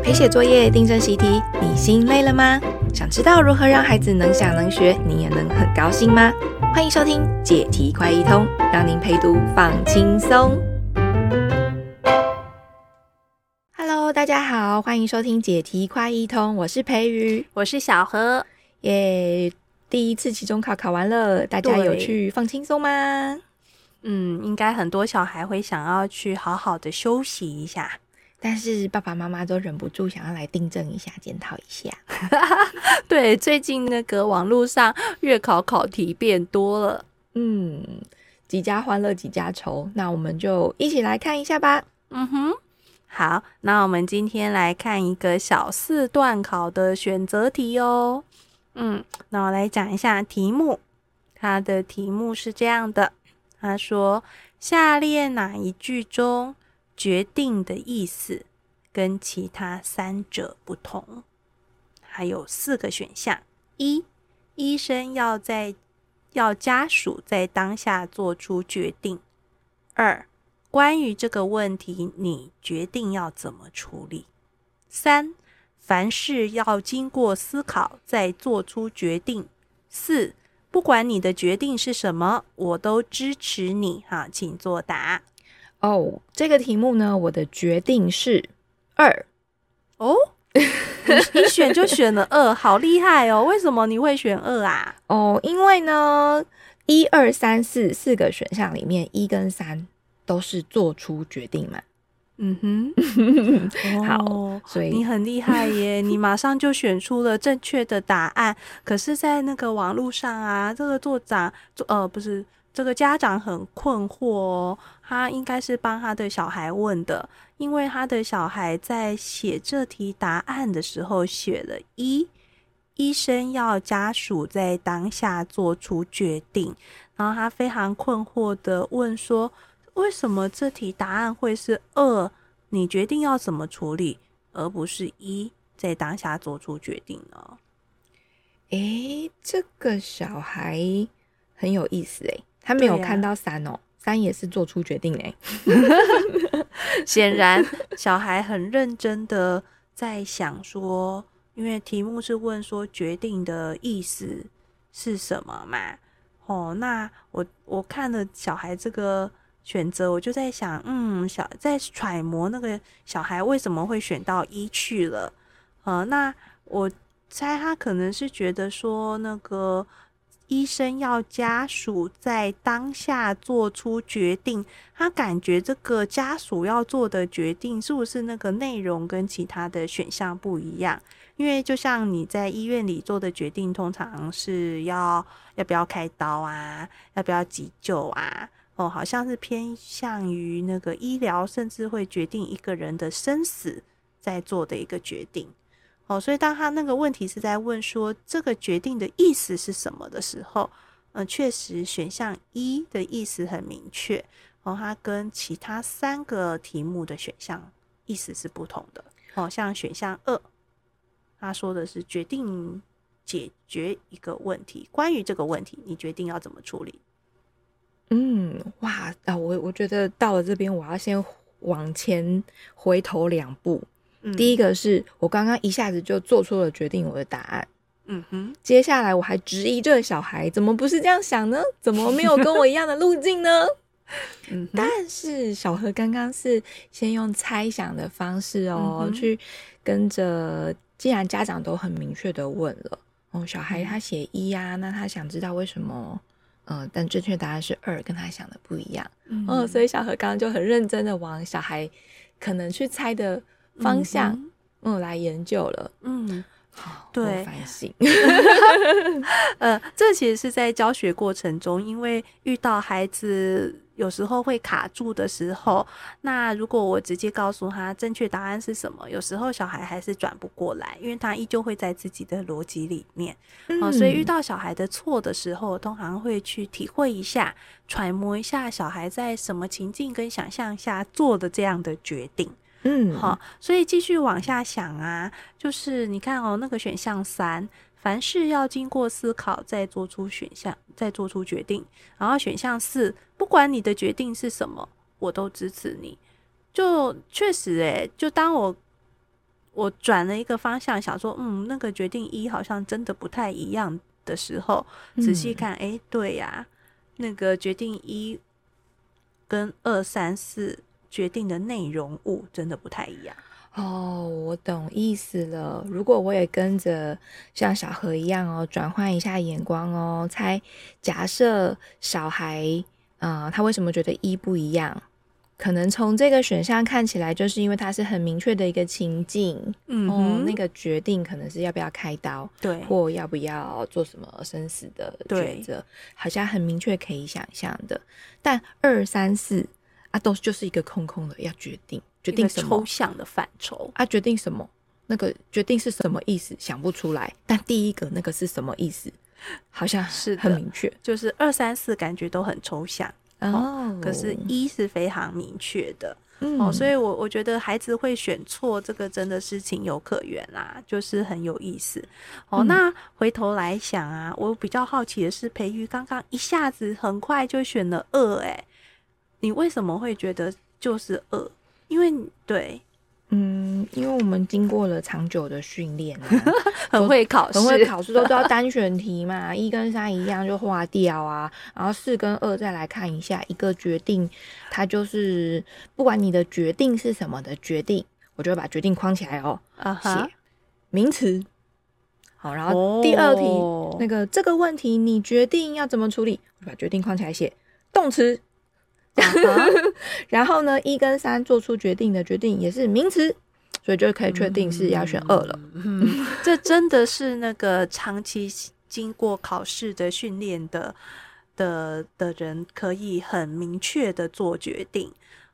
陪写作业、订正习题，你心累了吗？想知道如何让孩子能想能学，你也能很高兴吗？欢迎收听解题快一通，让您陪读放轻松。Hello， 大家好，欢迎收听解题快一通，我是培瑜， 我是小何。 耶！第一次期中考考完了，大家有去放轻松吗？ 应该很多小孩会想要去好好的休息一下， 但是爸爸妈妈都忍不住想要来订正一下、检讨一下。 对，最近那个网络上月考考题变多了， 几家欢乐几家愁，那我们就一起来看一下吧。 好，那我们今天来看一个小四段考的选择题哦。那我来讲一下题目，它的题目是这样的，他说下列哪一句中决定的意思跟其他三者不同？还有4个选项：一、医生要家属在当下做出决定；二、关于这个问题你决定要怎么处理；三、凡事要经过思考再做出决定；四、不管你的决定是什么，我都支持你。请作答。 这个题目呢，我的决定是2。 你选就选了2，好厉害哦！为什么你会选2啊？ 因为呢1、2、3、4个选项里面1跟3都是做出决定嘛。好，所以你很厉害耶！你马上就选出了正确的答案。可是在那个网络上啊，这个这个家长很困惑哦，他应该是帮他的小孩问的，因为他的小孩在写这题答案的时候写了1，医生要家属在当下做出决定，然后他非常困惑的问说，为什么这题答案会是2，你决定要怎么处理，而不是1，在当下做出决定呢？ 这个小孩很有意思他没有看到33也是做出决定显然小孩很认真的在想说，因为题目是问说决定的意思是什么嘛。那我看了小孩这个选择，我就在想，在揣摩那个小孩为什么会选到1去了。那我猜他可能是觉得说，那个医生要家属在当下做出决定，他感觉这个家属要做的决定是不是那个内容跟其他的选项不一样？因为就像你在医院里做的决定，通常是要不要开刀啊，要不要急救啊，好像是偏向于那个医疗，甚至会决定一个人的生死在做的一个决定。所以当他那个问题是在问说这个决定的意思是什么的时候，确实选项1的意思很明确，它跟其他3个题目的选项意思是不同的。像选项2，他说的是决定解决一个问题，关于这个问题你决定要怎么处理。 我觉得到了这边我要先往前回头2步。第一个是我刚刚一下子就做出了决定我的答案，接下来我还质疑这个小孩怎么不是这样想呢？怎么没有跟我一样的路径呢？但是小何刚刚是先用猜想的方式去跟着，既然家长都很明确的问了小孩他写1啊，那他想知道为什么但正确答案是2，跟他想的不一样。所以小何刚刚就很认真的往小孩可能去猜的方向来研究了。 对， 反省这其实是在教学过程中，因为遇到孩子有时候会卡住的时候，那如果我直接告诉他正确答案是什么，有时候小孩还是转不过来，因为他依旧会在自己的逻辑里面。所以遇到小孩的错的时候，通常会去体会一下，揣摩一下小孩在什么情境跟想象下做的这样的决定。所以继续往下想啊，就是你看那个选项3，凡事要经过思考再做出决定，然后选项4，不管你的决定是什么，我都支持你。就确实就当我我转了一个方向，想说那个决定一好像真的不太一样的时候，仔细看对呀，那个决定一跟2、3、4决定的内容物真的不太一样。 我懂意思了。如果我也跟着像小何一样转换一下眼光假设小孩他为什么觉得一不一样？可能从这个选项看起来，就是因为它是很明确的一个情境，那个决定可能是要不要开刀， 对， 或要不要做什么生死的抉择，好像很明确可以想象的。但2、3、4都就是一个空空的要决定什么抽象的范畴决定什么？那个决定是什么意思？想不出来。但第一个那个是什么意思？好像是很明确， 就是2、3、4感觉都很抽象。可是一是非常明确的，所以我觉得孩子会选错，这个真的是情有可原啦，就是很有意思。那回头来想啊，我比较好奇的是，培育刚刚一下子很快就选了2，你为什么会觉得就是2？因为因为我们经过了长久的训练很会考试， 都要单选题嘛，1跟3一样就划掉然后4跟2再来看一下，一个决定它就是不管你的决定是什么的决定，我就会把决定框起来写名词。好，然后第二题那个这个问题你决定要怎么处理，我就把决定框起来写动词。然后呢1跟3做出决定的决定也是名词，所以就可以确定是要选2了。 这真的是那个长期经过考试的训练的人可以很明确的做决定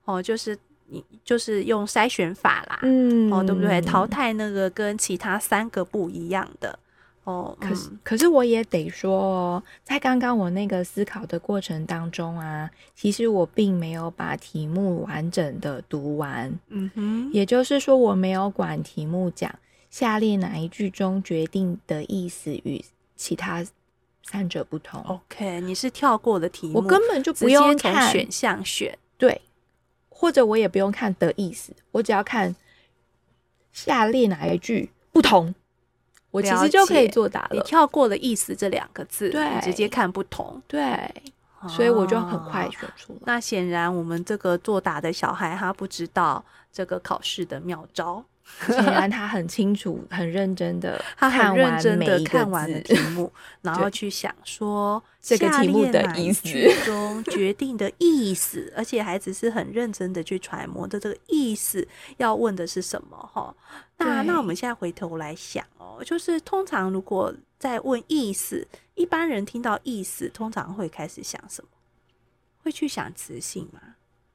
就是用筛选法啦，对不对？淘汰那个跟其他3个不一样的。 可是我也得说在刚刚我那个思考的过程当中其实我并没有把题目完整的读完。也就是说我没有管题目讲下列哪一句中决定的意思与其他3者不同。 OK， 你是跳过的题目， 我根本就不用看直接从选项选， 对，或者我也不用看的意思，我只要看下列哪一句不同，我其实就可以作答了。 你跳过了意思这2个字， 对， 你直接看不同， 对，所以我就很快选出了。 那显然我们这个作答的小孩他不知道这个考试的妙招， 显然他很清楚很认真的他很认真的看完了题目然后去想说这个题目的意思中决定的意思而且孩子是很认真的去揣摩的这个意思要问的是什么那我们现在回头来想就是通常如果在问意思，一般人听到意思通常会开始想什么？会去想词性吗？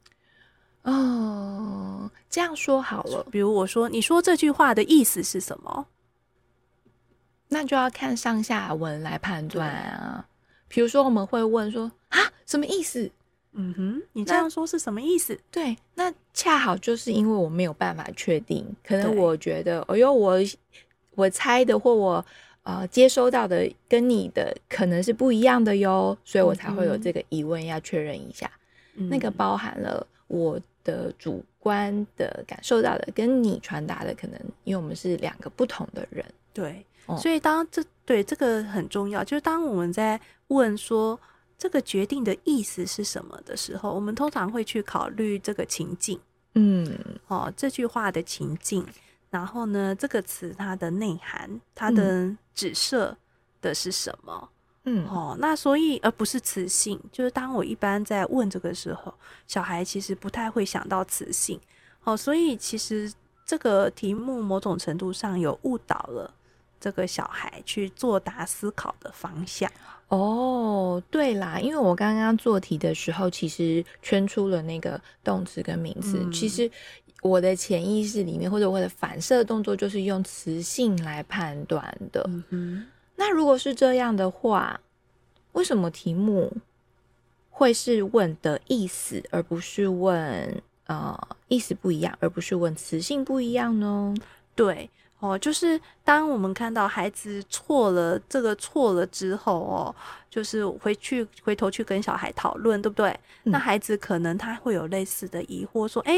这样说好了， 比如我说你说这句话的意思是什么， 那就要看上下文来判断比如说我们会问说什么意思？ 你这样说是什么意思？ 对，那恰好就是因为我没有办法确定，可能我觉得我猜的或我接收到的跟你的可能是不一样的哟，所以我才会有这个疑问要确认一下。那个包含了我的主观的感受到的跟你传达的可能，因为我们是2个不同的人。 对，所以这个很重要，就是当我们在问说这个决定的意思是什么的时候，我们通常会去考虑这个情境，这句话的情境，然后呢，这个词它的内涵，它的指涉的是什么？那所以而不是词性，就是当我一般在问这个时候，小孩其实不太会想到词性，所以其实这个题目某种程度上有误导了这个小孩去作答思考的方向。 对啦，因为我刚刚做题的时候其实圈出了那个动词跟名词，其实我的潜意识里面或者我的反射动作就是用词性来判断的。那如果是这样的话，为什么题目会是问的意思而不是问意思不一样，而不是问词性不一样呢？ 对就是当我们看到孩子错了之后就是回头去跟小孩讨论，对不对？那孩子可能他会有类似的疑惑说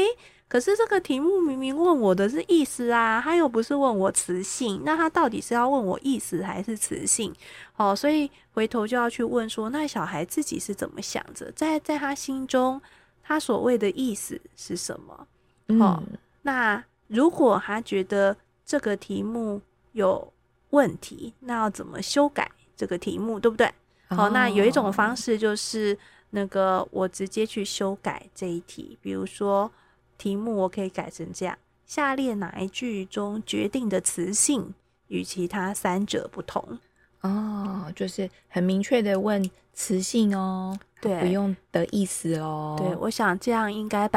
可是这个题目明明问我的是意思啊，他又不是问我词性，那他到底是要问我意思还是词性？所以回头就要去问说，那小孩自己是怎么想着，在他心中他所谓的意思是什么？那如果他觉得这个题目有问题，那要怎么修改这个题目，对不对？那有一种方式就是那个我直接去修改这一题，比如说题目我可以改成这样：下列哪一句中决定的词性与其他三者不同？ 就是很明确的问词性哦， 对， 不用的意思哦。 对，我想这样应该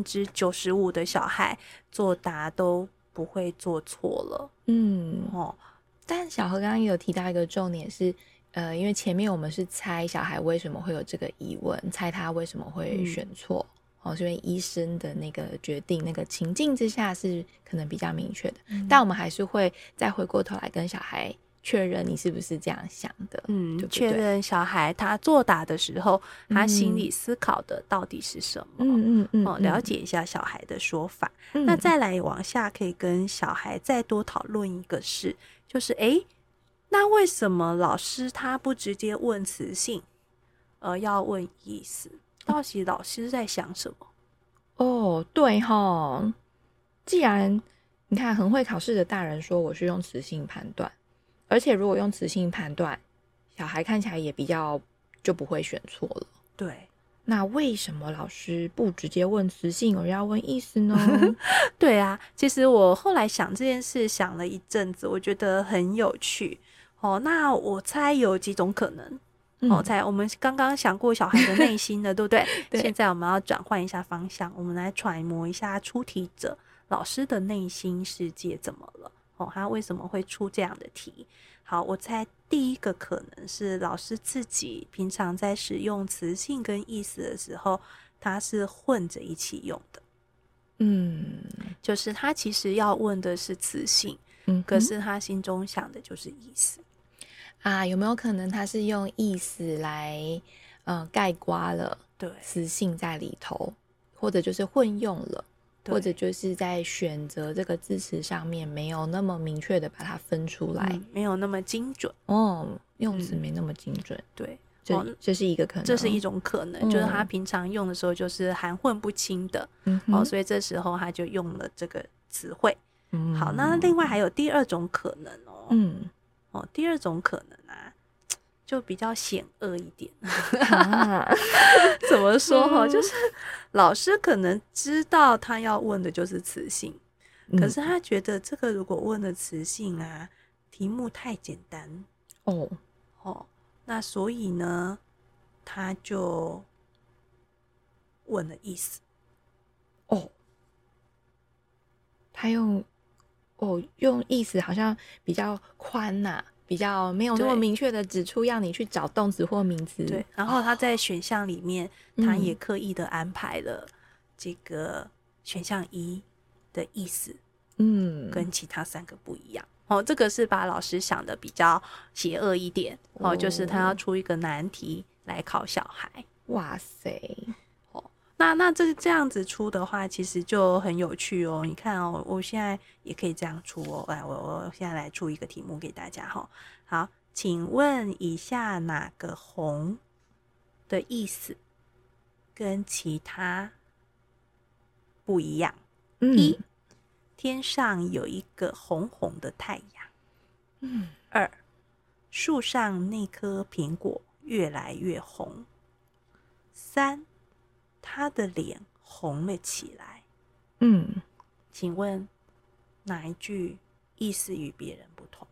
95%的小孩作答都不会做错了。 但小何刚刚也有提到一个重点是，因为前面我们是猜小孩为什么会有这个疑问，猜他为什么会选错，是因为医生的那个决定，那个情境之下是可能比较明确的，但我们还是会再回过头来跟小孩确认你是不是这样想的， 确认小孩他作答的时候，他心里思考的到底是什么，了解一下小孩的说法。那再来往下可以跟小孩再多讨论一个事，就是那为什么老师他不直接问词性，而要问意思？到底老师在想什么？ 对齁，既然你看很会考试的大人说我是用词性判断，而且如果用词性判断，小孩看起来也比较就不会选错了。 对， 那为什么老师不直接问词性而要问意思呢？ 对啊，其实我后来想这件事想了一阵子，我觉得很有趣。那我猜有几种可能。我们刚刚想过小孩的内心了，对不对？ 对。 现在我们要转换一下方向，我们来揣摩一下出题者老师的内心世界怎么了。他为什么会出这样的题？好，我猜第一个可能是老师自己平常在使用词性跟意思的时候，他是混着一起用的。就是他其实要问的是词性，可是他心中想的就是意思。 有没有可能他是用意思来概括了词性在里头，或者就是混用了，或者就是在选择这个字词上面没有那么明确的把它分出来， 没有那么精准用词没那么精准。 对， 这是一个可能， 这是一种可能，就是他平常用的时候就是含混不清的，所以这时候他就用了这个词汇。好，那另外还有第二种可能第二种可能就比较险恶一点。怎么说就是老师可能知道他要问的就是词性，可是他觉得这个如果问了词性题目太简单那所以呢他就问了意思。 他用意思好像比较宽比较没有那么明确的指出要你去找动词或名词。 对，然后他在选项里面他也刻意的安排了这个选项1的意思跟其他3个不一样。这个是把老师想的比较邪恶一点就是他要出一个难题来考小孩。 哇塞， 那这样子出的话其实就很有趣你看我现在也可以这样出来我现在来出一个题目给大家好，请问以下哪个红的意思跟其他不一样？1. 天上有一个红红的太阳。2. 树上那颗苹果越来越红。3. 他的脸红了起来。请问哪一句意思与别人不同？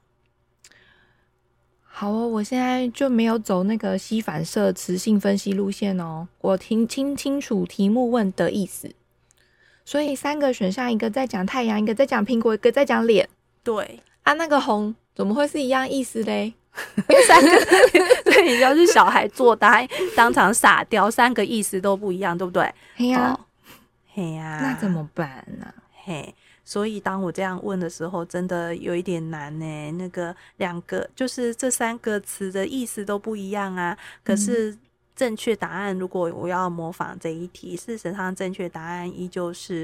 好我现在就没有走那个吸反射词性分析路线我听清楚题目问的意思，所以3个选项，一个在讲太阳，一个在讲苹果，一个在讲脸。 对那个红怎么会是一样意思嘞？ 因为3个对，你要是小孩作答当场傻掉，3个意思都不一样，对不对？ 嘿呀， 那怎么办呢？ 所以当我这样问的时候真的有一点难那个2个就是这3个词的意思都不一样可是正确答案如果我要模仿这一题，事实上正确答案依旧是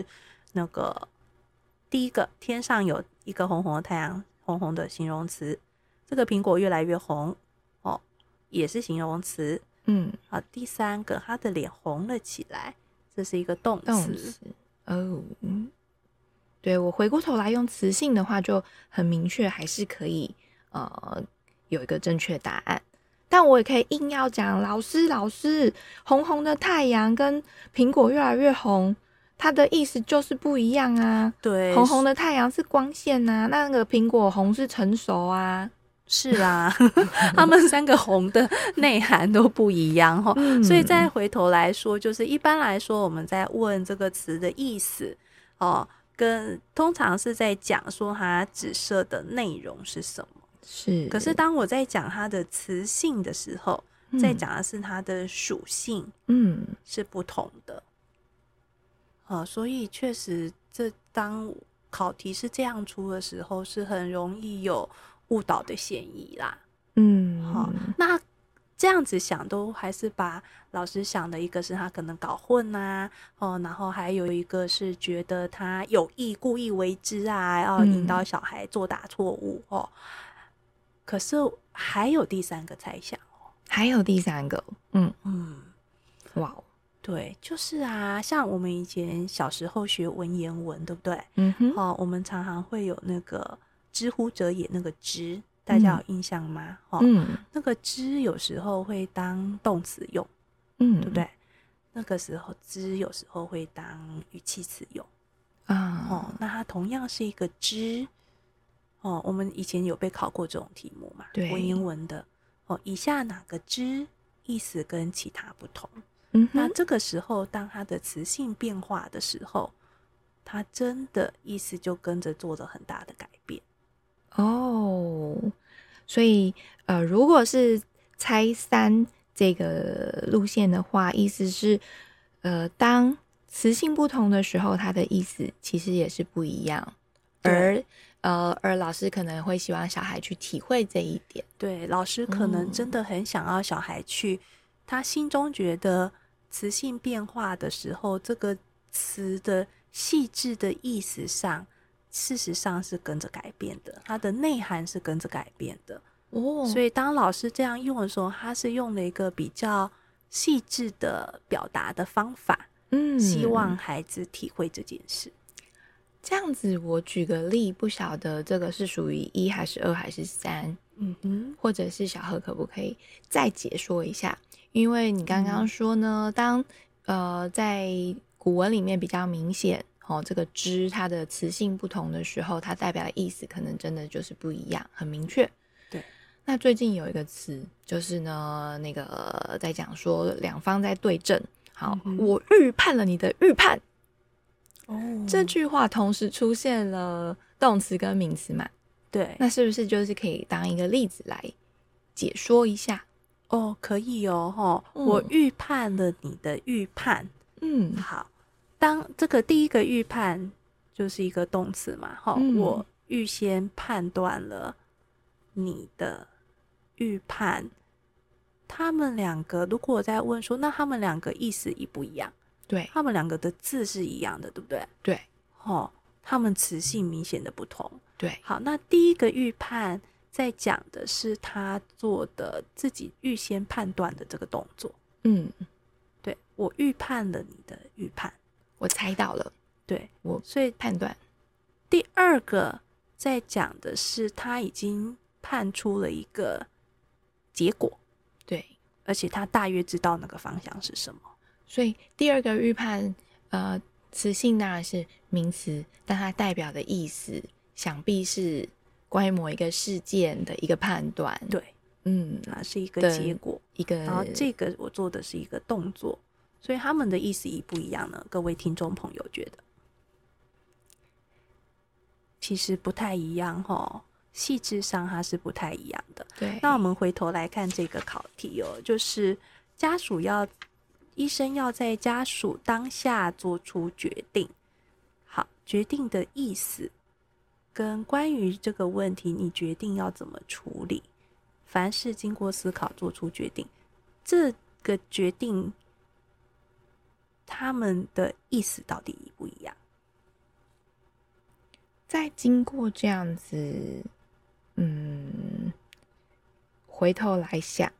那个第一个天上有一个红红的太阳，红红的形容词，这个苹果越来越红哦，也是形容词。第三个他的脸红了起来，这是一个动词。 哦，对，我回过头来用词性的话就很明确，还是可以有一个正确答案。但我也可以硬要讲，老师，红红的太阳跟苹果越来越红，它的意思就是不一样啊。 对， 红红的太阳是光线啊，那个苹果红是成熟啊。 是啊，他们三个红的内涵都不一样所以再回头来说，就是一般来说我们在问这个词的意思跟通常是在讲说它指涉的内容是什么。 是， 可是当我在讲它的词性的时候，在讲的是它的属性，是不同的。所以确实，当考题是这样出的时候，是很容易有误导的嫌疑啦。那这样子想都还是把老师想的一个是他可能搞混啊，然后还有一个是觉得他有意故意为之啊，引导小孩作答错误可是还有第三个猜想还有第三个，哇， 对，就是啊，像我们以前小时候学文言文，对不对？我们常常会有那个知乎者也那个知，大家有印象吗？那个知有时候会当动词用，对不对？那个时候知有时候会当语气词用那它同样是一个知我们以前有被考过这种题目嘛？对，文言文的以下哪个知意思跟其他不同？那这个时候当它的词性变化的时候，它真的意思就跟着做了很大的改变所以如果是猜三这个路线的话，意思是当词性不同的时候，它的意思其实也是不一样，而老师可能会希望小孩去体会这一点。 对，老师可能真的很想要小孩去他心中觉得词性变化的时候，这个词的细致的意思上事实上是跟着改变的，它的内涵是跟着改变的所以当老师这样用的时候，他是用了一个比较细致的表达的方法希望孩子体会这件事。 这样子我举个例，不晓得这个是属于1还是2还是3或者是小何可不可以再解说一下？因为你刚刚说呢，当在古文里面比较明显这个知它的词性不同的时候，它代表的意思可能真的就是不一样，很明确。 对， 那最近有一个词就是呢，那个在讲说两方在对阵，好，我预判了你的预判这句话同时出现了动词跟名词嘛？对，那是不是就是可以当一个例子来解说一下？ 可以我预判了你的预判。好，当这个第一个预判就是一个动词嘛，我预先判断了你的预判。他们两个，如果我在问说，那他们两个意思一不一样？对，他们两个的字是一样的，对不对？对，他们词性明显的不同。对，好，那第一个预判在讲的是他做的自己预先判断的这个动作。对，我预判了你的预判， 我猜到了， 对， 所以判断。 第二个在讲的是他已经判出了一个结果，对，而且他大约知道那个方向是什么。 所以第二个预判词性当然是名词，但它代表的意思想必是关于某一个事件的一个判断。对， 它是一个结果，然后这个我做的是一个动作，所以他们的意思一不一样呢？各位听众朋友觉得其实不太一样细致上它是不太一样的。对，那我们回头来看这个考题就是医生要在家属当下做出决定。好，决定的意思跟关于这个问题你决定要怎么处理，凡事经过思考做出决定，这个决定他们的意思到底一不一样？ 在经过这样子，回头来想，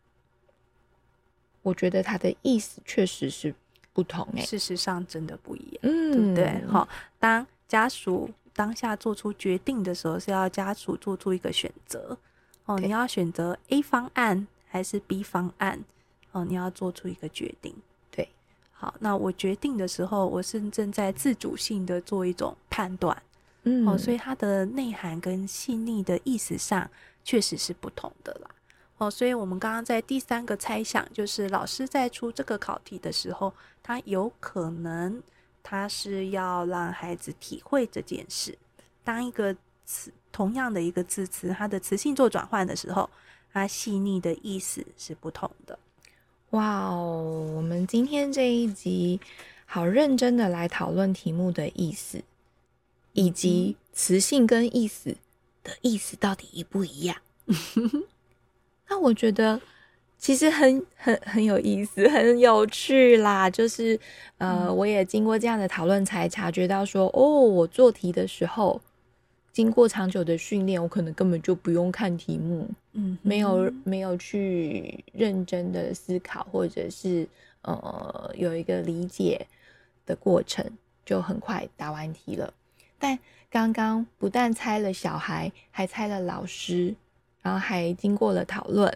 我觉得他的意思确实是不同事实上真的不一样，对不对？好，当家属当下做出决定的时候，是要家属做出一个选择哦，你要选择 A 方案还是 B 方案哦，你要做出一个决定。 对， 好，那我决定的时候，我是正在自主性的做一种判断，所以它的内涵跟细腻的意思上确实是不同的啦。所以我们刚刚在第三个猜想，就是老师在出这个考题的时候，他有可能他是要让孩子体会这件事。当一个词同样的一个字词，它的词性做转换的时候，它细腻的意思是不同的。 哇哦，我们今天这一集好认真的来讨论题目的意思，以及词性跟意思的意思到底一不一样。那我觉得其实很有意思，很有趣啦。就是我也经过这样的讨论才察觉到说，我做题的时候经过长久的训练，我可能根本就不用看题目，没有去认真的思考，或者是有一个理解的过程，就很快答完题了。但刚刚不但猜了小孩，还猜了老师，然后还经过了讨论，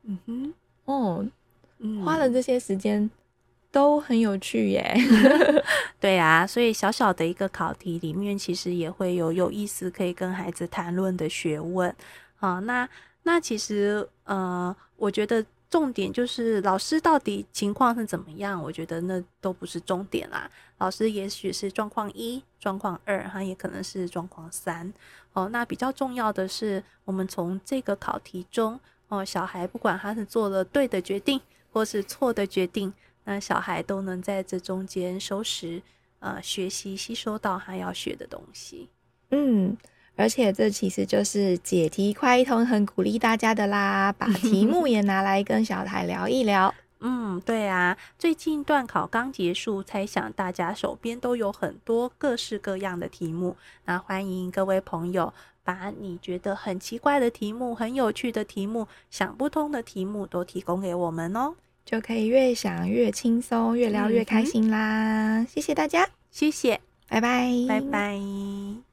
花了这些时间都很有趣耶。 对啊，所以小小的一个考题里面，其实也会有意思可以跟孩子谈论的学问啊。那其实我觉得重点就是老师到底情况是怎么样，我觉得那都不是重点啦。老师也许是状况1、状况2，他也可能是状况3。那比较重要的是，我们从这个考题中，小孩不管他是做了对的决定或是错的决定，那小孩都能在这中间收拾学习吸收到他要学的东西。 而且这其实就是解题快一通很鼓励大家的啦，把题目也拿来跟小孩聊一聊。 对啊，最近段考刚结束，猜想大家手边都有很多各式各样的题目，那欢迎各位朋友把你觉得很奇怪的题目、很有趣的题目、想不通的题目都提供给我们哦， 就可以越想越轻松，越聊越开心啦。谢谢大家， 谢谢， 拜拜， 拜拜。